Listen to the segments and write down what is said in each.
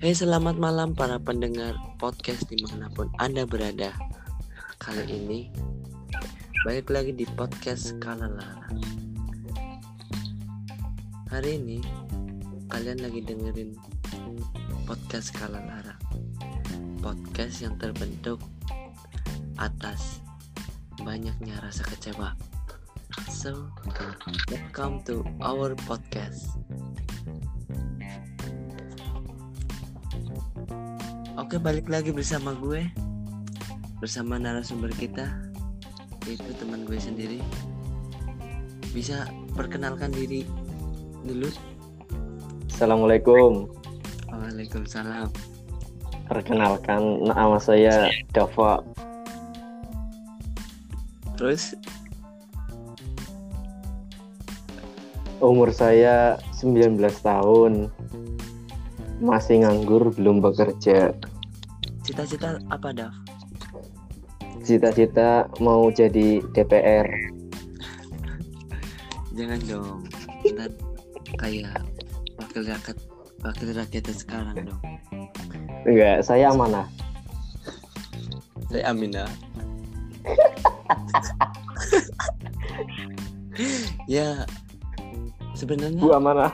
Selamat malam para pendengar podcast dimanapun Anda berada. Kali ini balik lagi di podcast Kalalara. Hari ini kalian lagi dengerin podcast Kalalara, podcast yang terbentuk atas banyaknya rasa kecewa. So, welcome to our podcast. Oke, balik lagi bersama gue, bersama narasumber kita, yaitu teman gue sendiri. Bisa perkenalkan diri dulu? Assalamualaikum. Waalaikumsalam. Perkenalkan, nama saya Dava. Terus Umur saya 19 tahun. Masih nganggur, belum bekerja. cita-cita apa, Dav? Cita-cita mau jadi DPR. Jangan dong, ntar kayak wakil rakyat sekarang dong. Enggak, saya amanah. Saya Aminah. Ya, sebenarnya Bu amanah.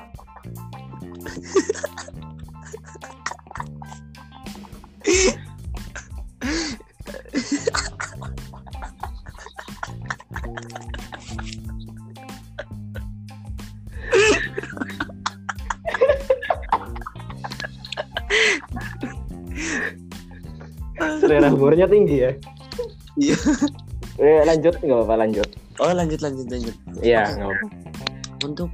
Selera humornya tinggi ya. Iya. Lanjut, nggak apa-apa, lanjut. Oh, lanjut. Iya, nggak apa-apa. Untuk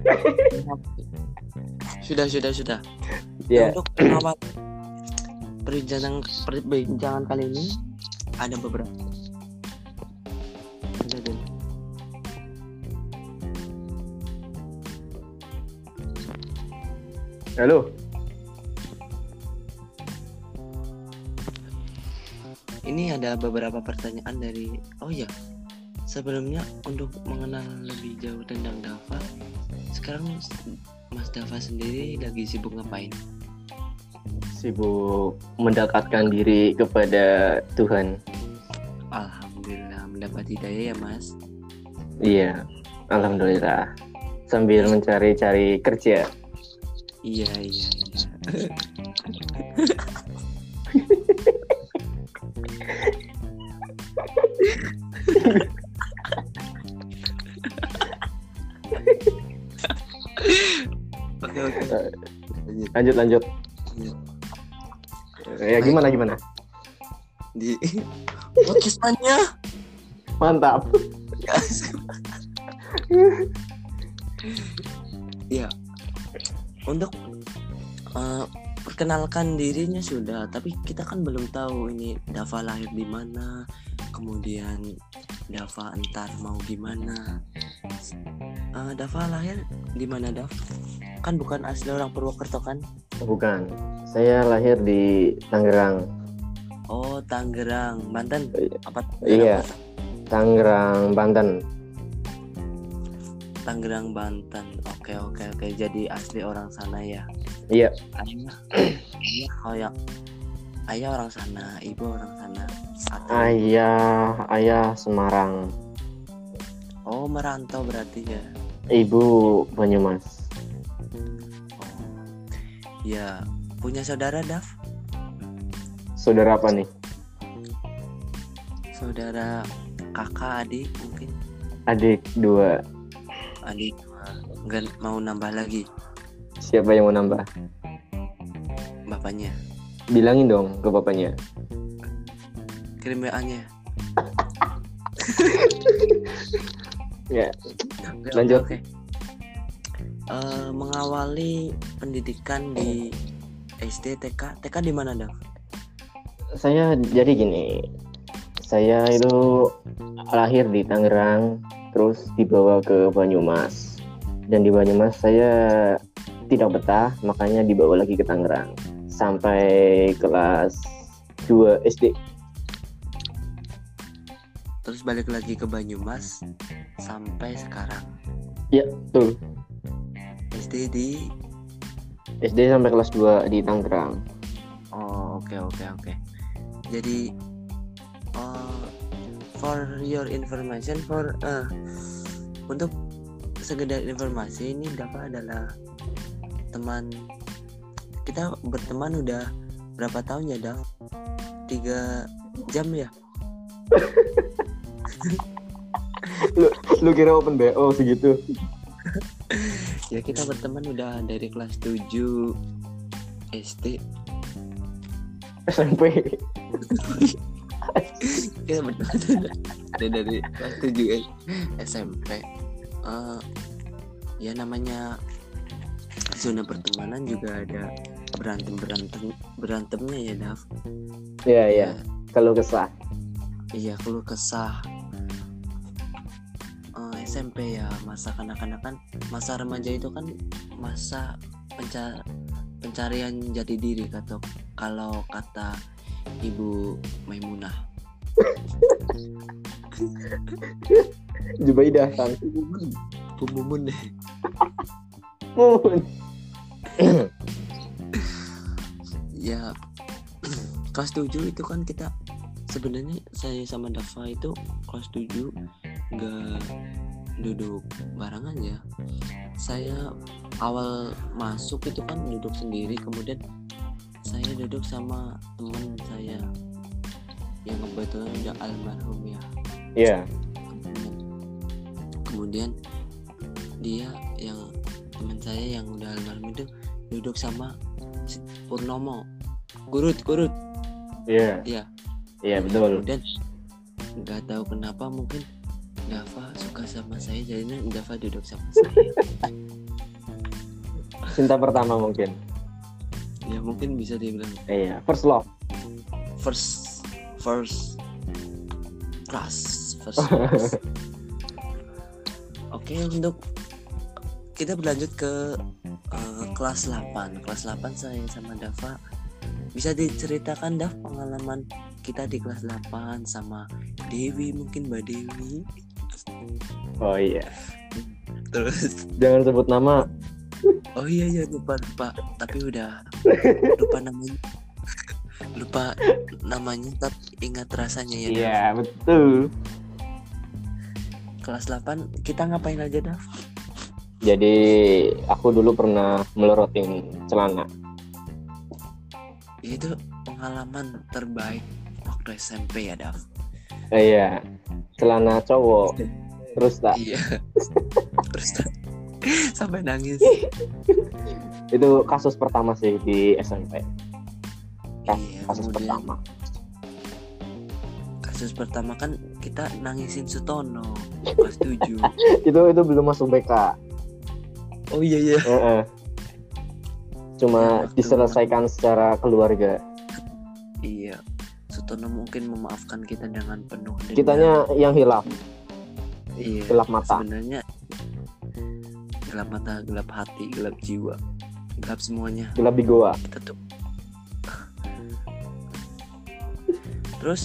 sudah. Ya. Untuk mengawal perbincangan kali ini ada beberapa. Udah deh. Halo. Ini ada beberapa pertanyaan dari. Oh ya, sebelumnya untuk mengenal lebih jauh tentang Dava, sekarang Mas Dava sendiri lagi sibuk ngapain? Sibuk mendekatkan diri kepada Tuhan. Alhamdulillah mendapat hidayah ya, Mas. Iya, alhamdulillah. Sambil mencari-cari kerja. Iya. Oke. Lanjut. Ya gimana? Di podcastnya Mantap. ya. Untuk perkenalkan dirinya sudah, tapi kita kan belum tahu ini Dava lahir di mana, kemudian Dava entar mau gimana. Dava lahir di mana, Dav? Kan bukan asli orang Purwokerto kan? Bukan. Saya lahir di Tangerang. Oh, Tangerang, Banten. Apa? Iya. Tangerang, Banten. Tangerang, Banten. Oke. Jadi asli orang sana ya. Iya. Ayah orang sana, ibu orang sana. Ayah Semarang. Oh, merantau berarti ya. Ibu Banyumas. Oh. Ya, punya saudara, Dav? Saudara apa nih? Saudara, kakak, adik mungkin? Adik 2. Adik 2. Enggak mau nambah lagi Siapa yang mau nambah? bapaknya. Bilangin dong ke bapaknya. Kirim WA-nya. Ya. Lanjut. Oke. Mengawali pendidikan di SD, TK di mana, Dav? Saya jadi gini. Saya itu lahir di Tangerang, terus dibawa ke Banyumas. Dan di Banyumas saya tidak betah, makanya dibawa lagi ke Tangerang sampai kelas 2 SD. Terus balik lagi ke Banyumas sampai sekarang. Ya, betul. SD di SD sampai kelas 2 di Tangerang. Oke. Jadi for your information, untuk sekedar informasi, ini Dava adalah teman kita, berteman udah berapa tahun ya, Dav? 3 jam ya? Lu kira open BO segitu? Ya kita berteman udah dari kelas 7 SD. SMP. Kita berteman dari kelas 7 SMP. Ya namanya zona pertemanan juga ada berantemnya ya, Dav. Iya. Kalau kesah. Iya, keluh kesah. SMP ya, masa kanak-kanakan, masa remaja itu kan masa pencarian jati diri, kalau kata Ibu Maimunah. Jubaidah kan. Mumun deh. Mumun. Ya kelas 7 itu kan kita sebenarnya, saya sama Dava itu kelas 7 nggak duduk barengan ya. Saya awal masuk itu kan duduk sendiri, kemudian saya duduk sama teman saya yang kebetulan udah almarhum ya. Iya. Kemudian dia yang teman saya yang udah almarhum itu duduk sama Purnomo, Kurut. Iya. Iya, betul. Kemudian nggak tahu kenapa, mungkin Dava suka sama saya, jadinya Dava duduk sama saya. Cinta pertama mungkin. Ya mungkin bisa dibilang. Iya, first love. First class. Oke, untuk kita berlanjut ke kelas 8. Kelas 8 saya sama Dava. Bisa diceritakan, Dav, pengalaman kita di kelas 8 sama Dewi, mungkin Mbak Dewi. Oh iya. Terus Jangan sebut nama. oh iya lupa, tapi udah lupa namanya tapi ingat rasanya ya. Iya, betul. Kelas 8 kita ngapain aja, Dav? Jadi aku dulu pernah melorotin celana. Itu pengalaman terbaik waktu SMP ya, Dav? Iya, celana cowok. Terus tak? Iya. Terus sampai nangis. Itu kasus pertama sih di SMP. Iya, Kasus kemudian pertama. Kasus pertama kan kita nangisin Sutono kelas 7. Itu belum masuk BK. Oh iya. Cuma Ya, diselesaikan secara keluarga. Iya. Sutono mungkin memaafkan kita dengan penuh dendam. Kitanya yang hilaf. Iya. Gelap mata. Sebenarnya gelap mata, gelap hati, gelap jiwa, gelap semuanya. Gelap di goa. Kita tuh. Terus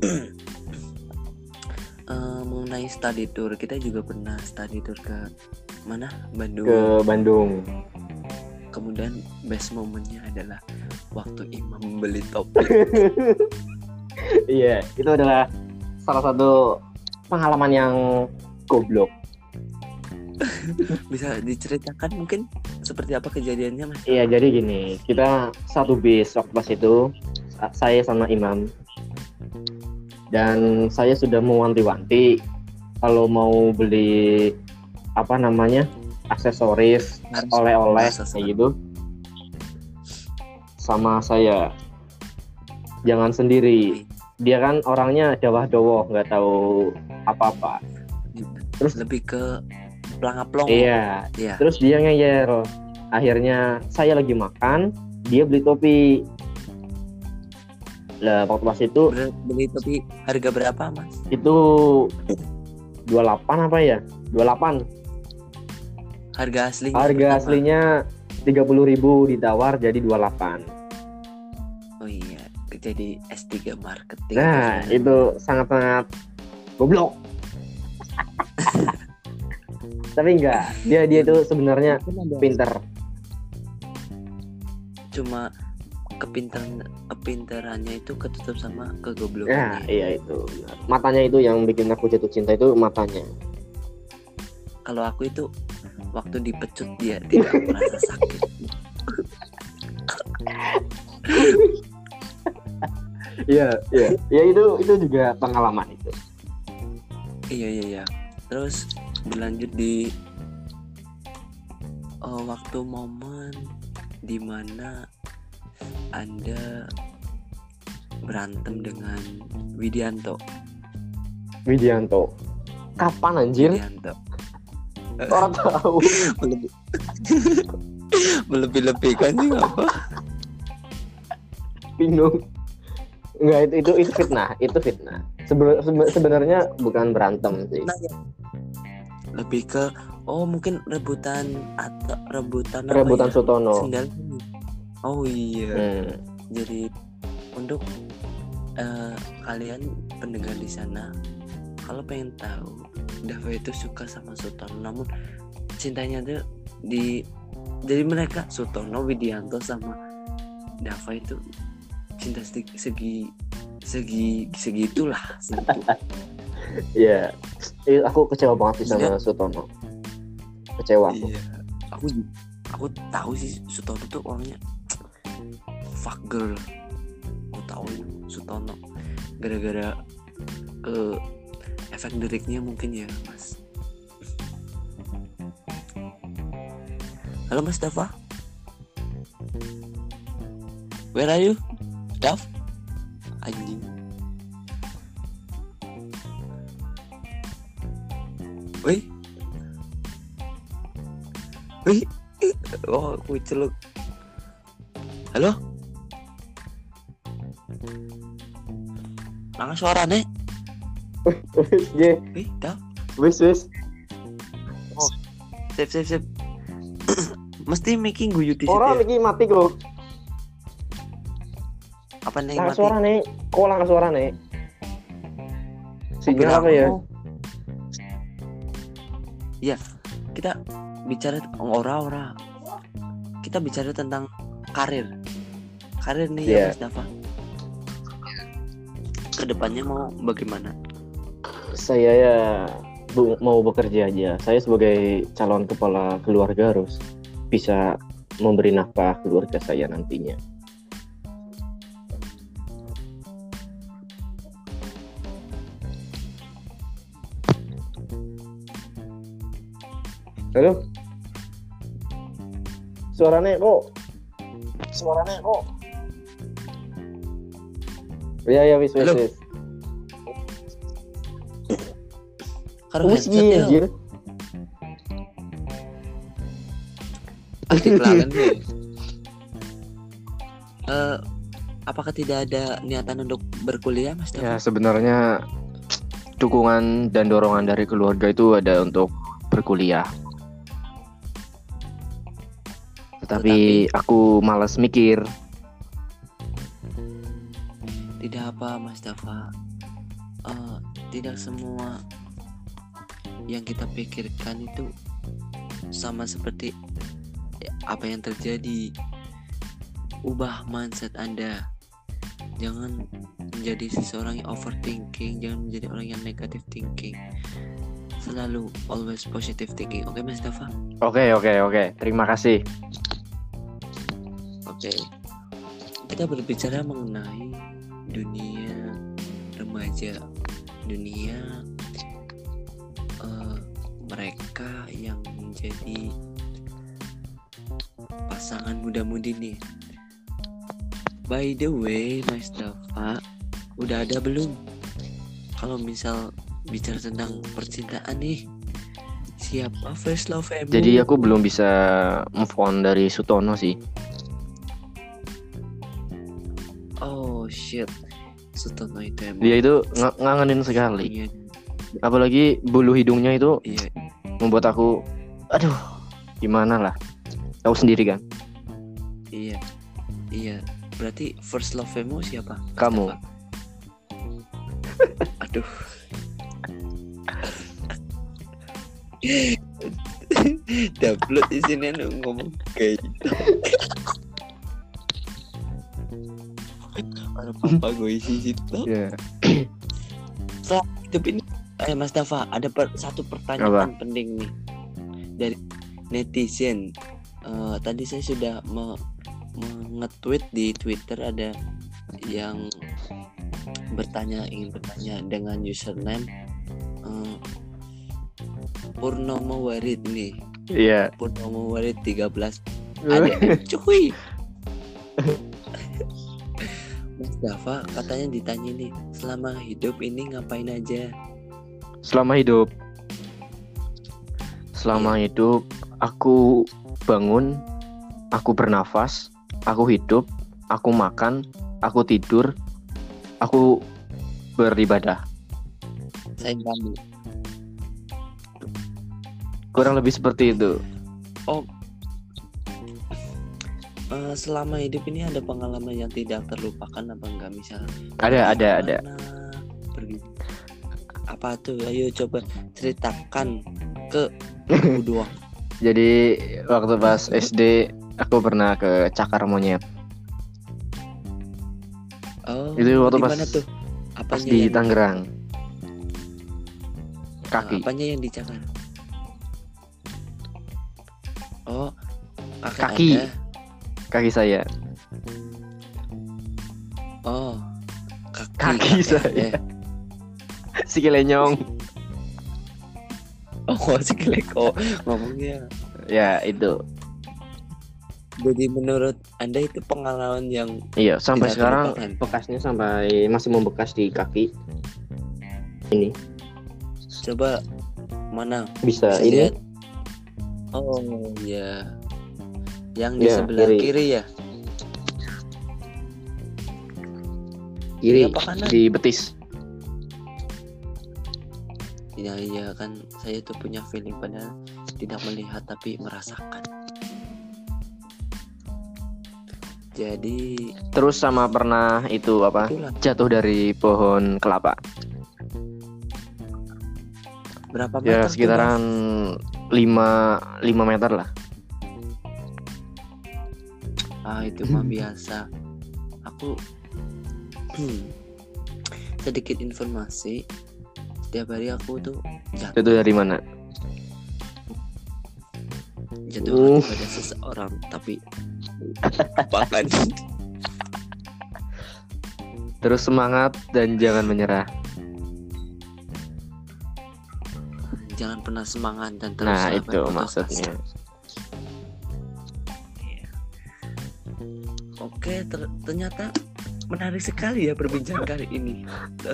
mengenai study tour, kita juga pernah study tour ke mana? Bandung. Ke Bandung. Kemudian best momennya adalah waktu Imam membeli topi. Iya, itu adalah salah satu pengalaman yang goblok. Bisa diceritakan mungkin seperti apa kejadiannya, Mas? Iya, jadi gini, kita satu bis waktu pas itu, saya sama Imam. Dan saya sudah mewanti-wanti kalau mau beli aksesoris, oleh-oleh kayak gitu. Sama saya. Jangan sendiri. Dia kan orangnya dawah-dowoh, nggak tahu apa-apa. Terus lebih ke plong-plong. Iya. Iya. Terus dia ngeyel. Akhirnya saya lagi makan, dia beli topi. Lah waktu pas itu Beli topi harga berapa, Mas? itu 28 apa ya? 28. Harga aslinya. Harga aslinya 30.000, ditawar jadi 28. Oh iya, jadi S3 marketing. Nah, itu sangat-sangat goblok. Tapi enggak, dia itu sebenarnya pinter. Cuma kepintarannya itu ketutup sama Ya, kegoblokannya. iya itu. Matanya itu yang bikin aku jatuh cinta itu matanya. Kalau aku itu waktu dipecut dia tidak merasa sakit. Iya. Ya itu juga pengalaman itu. Iya. Terus berlanjut di waktu momen dimana Anda berantem dengan Widianto. Kapan anjir? Widianto. Orang tahu. Melebih-lebihkan sih apa? Bingung. Enggak, itu fitnah. Sebenarnya bukan berantem sih. Nah, ya. Lebih ke mungkin rebutan apa Rebutan ya? Sutono. Sendal. Oh iya. Jadi untuk kalian pendengar di sana, kalau pengen tahu Dava itu suka sama Sutono, namun cintanya tuh dari mereka Sutono, Widianto sama Dava itu cinta segitulah. Iya. Aku kecewa banget sih sama Sutono. Kecewa aku. Iya. Aku tahu sih Sutono tuh orangnya fuck girl. Aku tahu Sutono gara-gara efek liriknya mungkin ya, Mas. Halo Mas Dava. Where are you? Dav? Anjing. Wih. Oh, aku celuk. Halo? Nang suara nih. Ye. Wih, Dav. Wis. Oh. Sip. Mesti making guyu di situ. Orang iki mati lho. Apa nih Lang mati? suara nih. Kok lang suara nih? Sinyal apa ya? Ya, kita bicara ora. Kita bicara tentang karir nih ya Mas Dava. Kedepannya mau bagaimana? Saya ya mau bekerja aja. Saya sebagai calon kepala keluarga harus bisa memberi nafkah keluarga saya nantinya. Halo? Suaranya kok? Iya, wis. Halo? Karo Wis headset ya. anjir. Aktif lawan nih. Apakah tidak ada niatan untuk berkuliah Mas Ya, Dava? sebenarnya dukungan dan dorongan dari keluarga itu ada untuk berkuliah. Tetapi aku malas mikir. Tidak apa Mas Dava. Tidak semua yang kita pikirkan itu sama seperti apa yang terjadi. Ubah mindset Anda. Jangan menjadi seseorang yang overthinking, jangan menjadi orang yang negative thinking. Selalu always positive thinking. Oke Mas Dava? Oke. Terima kasih. Oke. Kita berbicara mengenai dunia remaja, dunia mereka yang menjadi pasangan muda-mudi nih. By the way, Mas Dava, udah ada belum? Kalau misal bicara tentang percintaan nih, siapa first love-mu? Jadi aku belum bisa move on dari Sutono sih. Oh shit, Sutono itu emang. Dia itu ngangenin sekali. Iya. Apalagi bulu hidungnya itu Iya. membuat aku, aduh, gimana lah. Tahu sendiri kan? Iya. Berarti first love-mu siapa? Kamu. Aduh. Dablot di sini ngomong kayak gitu. Apa gue isi situ? Ya. Setelah hidup ini, Mas Dava, ada satu pertanyaan penting nih dari netizen. Tadi saya sudah nge-tweet di Twitter, ada yang ingin bertanya dengan username Purnomo Warid nih. Iya. Purnomo Warid 13. Ada cuy. Mas Dava katanya ditanya nih, selama hidup ini ngapain aja? Selama hidup aku bangun, aku bernafas, aku hidup, aku makan, aku tidur, aku beribadah. Saya kamu. Kurang lebih seperti itu. Oh, selama hidup ini ada pengalaman yang tidak terlupakan apa enggak, misal? Ada. Pergi. Apa tuh? Ayo coba ceritakan ke aku doang. Jadi waktu pas SD aku pernah ke Cakar Monyet. Oh, Itu waktu di pas mana tuh? pas di Tangerang. Kaki. Apanya yang dicakar? Oh, Kaki. ada. Kaki saya. Oh, Kaki saya. Sikile nyong. Oh, sikile kok ngomongnya. Ya itu. Jadi menurut Anda itu pengalaman yang Iya, sampai tidak sekarang terlupakan? bekasnya sampai masih membekas di kaki. Ini Coba mana? bisa Bisa ini. lihat? Oh ya, yang di Ya, sebelah kiri ya? Kiri apa kanan? di betis. Iya kan, saya tuh punya feeling, padahal tidak melihat tapi merasakan. Jadi Terus sama pernah itu apa? itulah. Jatuh dari pohon kelapa. Berapa Ya meter tuh, sekitaran 5 meter lah. Itu mah biasa. Aku sedikit informasi. Setiap hari aku tuh Jatuh dari mana? jatuh hati pada seseorang, tapi lupakan. Terus semangat dan jangan menyerah. Jangan pernah semangat dan terus Nah sampai itu putus maksudnya. asa. Oke, ternyata menarik sekali ya perbincangan kali ini.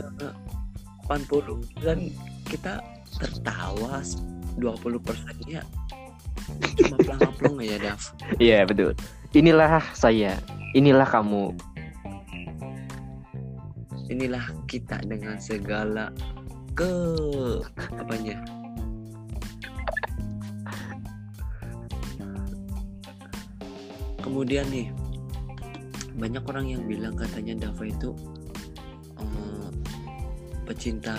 80 dan kita tertawa, 20%-nya cuma pelang-pelong ya, Dav. Iya betul. Inilah saya. Inilah kamu. Inilah kita dengan segala apanya? Kemudian nih, banyak orang yang bilang katanya Dava itu pecinta.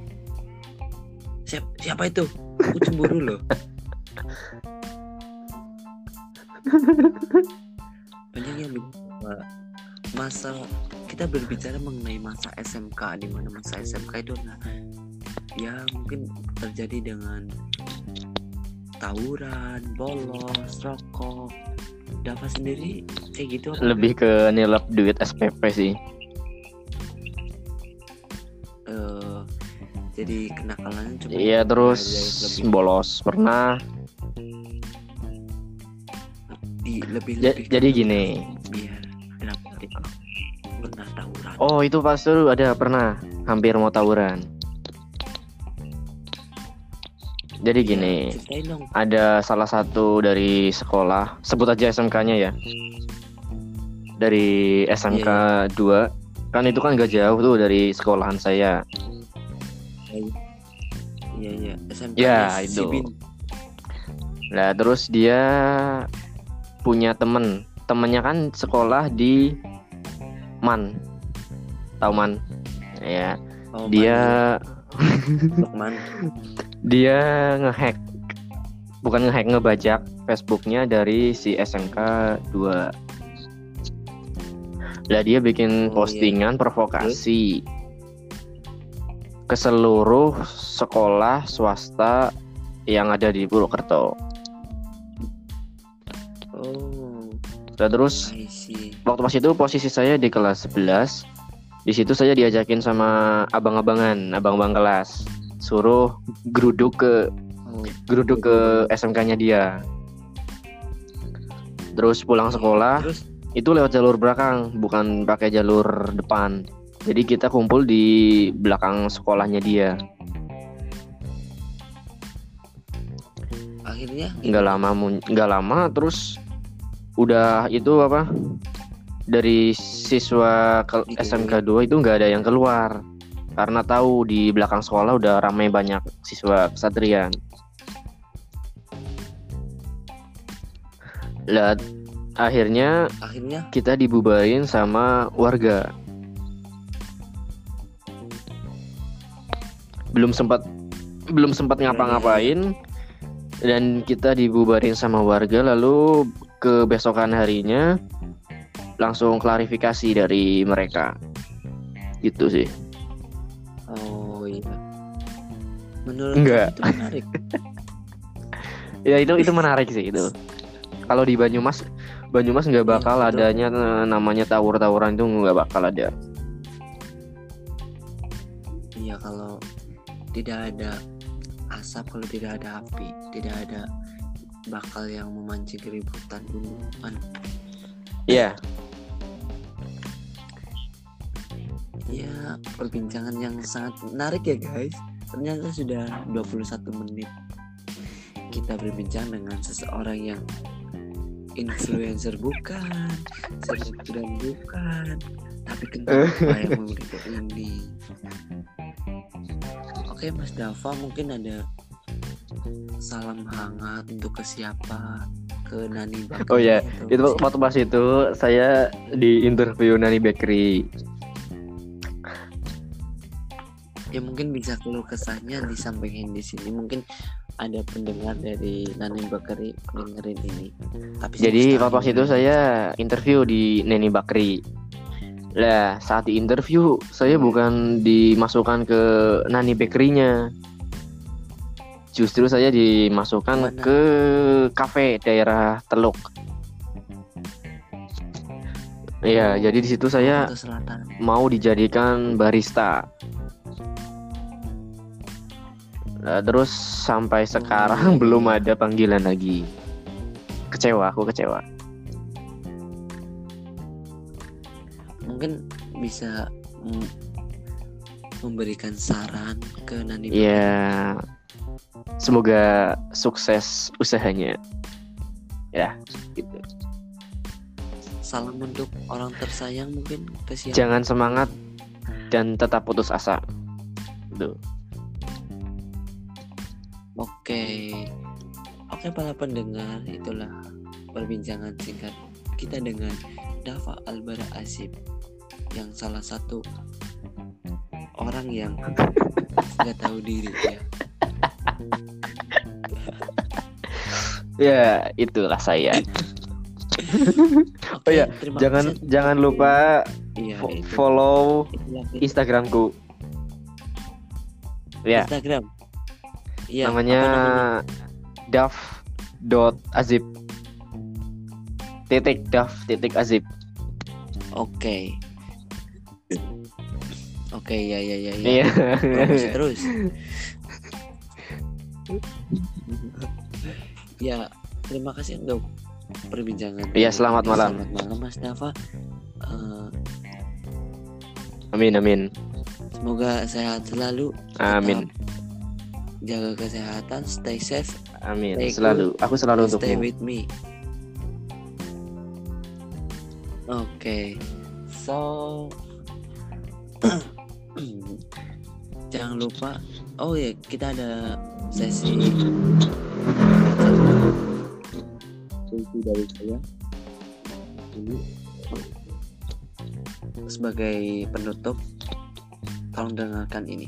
Siapa itu? Aku cemburu loh. Banyak yang bilang masa kita berbicara mengenai masa SMK, di mana masa SMK itu ya mungkin terjadi dengan tawuran, bolos, rokok. Dava sendiri kayak gitu apa? Lebih ke nilap duit SPP sih. Jadi kenakalannya cuma Iya terus lebih bolos pernah. lebih Jadi gini. biar dapat pernah tawuran. Oh itu pas dulu ada pernah hampir mau tawuran. Jadi gini, Ceritain dong. ada salah satu dari sekolah, sebut aja SMK-nya ya. Dari SMK 2, kan itu kan gak jauh tuh dari sekolahan saya. Iya SMK Ya itu. Nah terus dia punya temennya kan sekolah di MAN, tahu MAN? Ya. Dia Lukman. Dia ngebajak Facebooknya dari si SMK 2. Lah dia bikin Oh, postingan provokasi ke seluruh sekolah swasta yang ada di Purwokerto. Oh, Nah, terus I see. waktu pas itu posisi saya di kelas 11. Di situ saya diajakin sama abang-abang kelas, suruh geruduk Oh, ke SMK-nya dia. Terus pulang sekolah terus itu lewat jalur belakang, bukan pakai jalur depan. Jadi kita kumpul di belakang sekolahnya dia. akhirnya Nggak lama terus udah itu apa? Dari siswa ke SMK 2 itu nggak ada yang keluar karena tahu di belakang sekolah udah ramai banyak siswa kesatrian. Lah akhirnya kita dibubarin sama warga. Belum sempat ngapa-ngapain dan kita dibubarin sama warga, lalu kebesokan harinya langsung klarifikasi dari mereka. Gitu sih. Oh iya. Menurut Enggak. itu menarik. Ya itu menarik sih itu. Kalau di Banyumas nggak bakal adanya namanya tawur-tawuran, itu nggak bakal ada. Iya, kalau tidak ada asap, kalau tidak ada api, tidak ada bakal yang memancing keributan duluan. Iya. Ya, perbincangan yang sangat menarik ya guys. Ternyata sudah 21 menit kita berbincang dengan seseorang yang influencer bukan, selebgram bukan, tapi kenapa yang memiliki ini. Oke Mas Dava, mungkin ada salam hangat untuk ke siapa? Ke Nani Bakery. Oh ya, itu waktu pas itu saya di interview Nani Bakery. Ya mungkin bisa keluh kesahnya disampaikan di sini. Mungkin ada pendengar dari Nani Bakery dengerin ini. Tapi jadi waktu pas itu saya interview di Nani Bakery. Lah saat di interview saya bukan dimasukkan ke Nani Bakery-nya. Justru saya dimasukkan ke kafe daerah Teluk. Iya, jadi di situ saya mau dijadikan barista. Nah, terus sampai sekarang belum ada panggilan lagi. Aku kecewa. Mungkin bisa memberikan saran ke Nani Bakery. Ya, semoga sukses usahanya. Ya, gitu. Salam untuk orang tersayang mungkin ke siapa? Jangan semangat dan tetap putus asa. Tuh. Oke para pendengar, itulah perbincangan singkat kita dengan Dava Albara Asib, yang salah satu orang yang nggak tahu diri ya. Ya, itulah saya. Oh ya, jangan lupa follow Instagramku. Ya. Instagram. Ya, namanya daf.azib. _daf.azib. Oke, ya. Iya. Terus. Ya, terima kasih untuk perbincangan. Iya, selamat malam. Selamat malam Mas Dava. Amin. Semoga sehat selalu. Amin. Jaga kesehatan, stay safe. Amin. Aku selalu untukmu. Stay with me. Oke. So jangan lupa. Oh ya, kita ada sesi dari saya. Ini sebagai penutup, tolong dengarkan ini.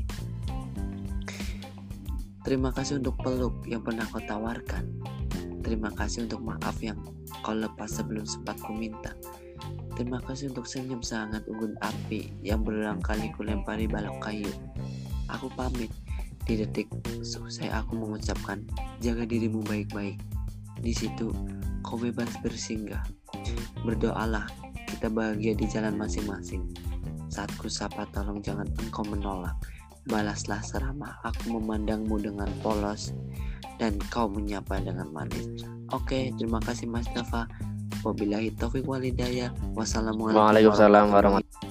Terima kasih untuk peluk yang pernah kau tawarkan. Terima kasih untuk maaf yang kau lepas sebelum sempat ku minta. Terima kasih untuk senyum sangat unggun api yang berulang kali kulempari balok kayu. Aku pamit. Di detik selesai aku mengucapkan, jaga dirimu baik-baik. Di situ kau bebas bersinggah. Berdoalah, kita bahagia di jalan masing-masing. Saat ku sapa tolong jangan engkau menolak. Balaslah seramah, aku memandangmu dengan polos dan kau menyapa dengan manis. Oke, terima kasih Mas Dafa. Wabillahi taufiq walhidayah. Wassalamualaikum Waalaikumsalam warahmatullahi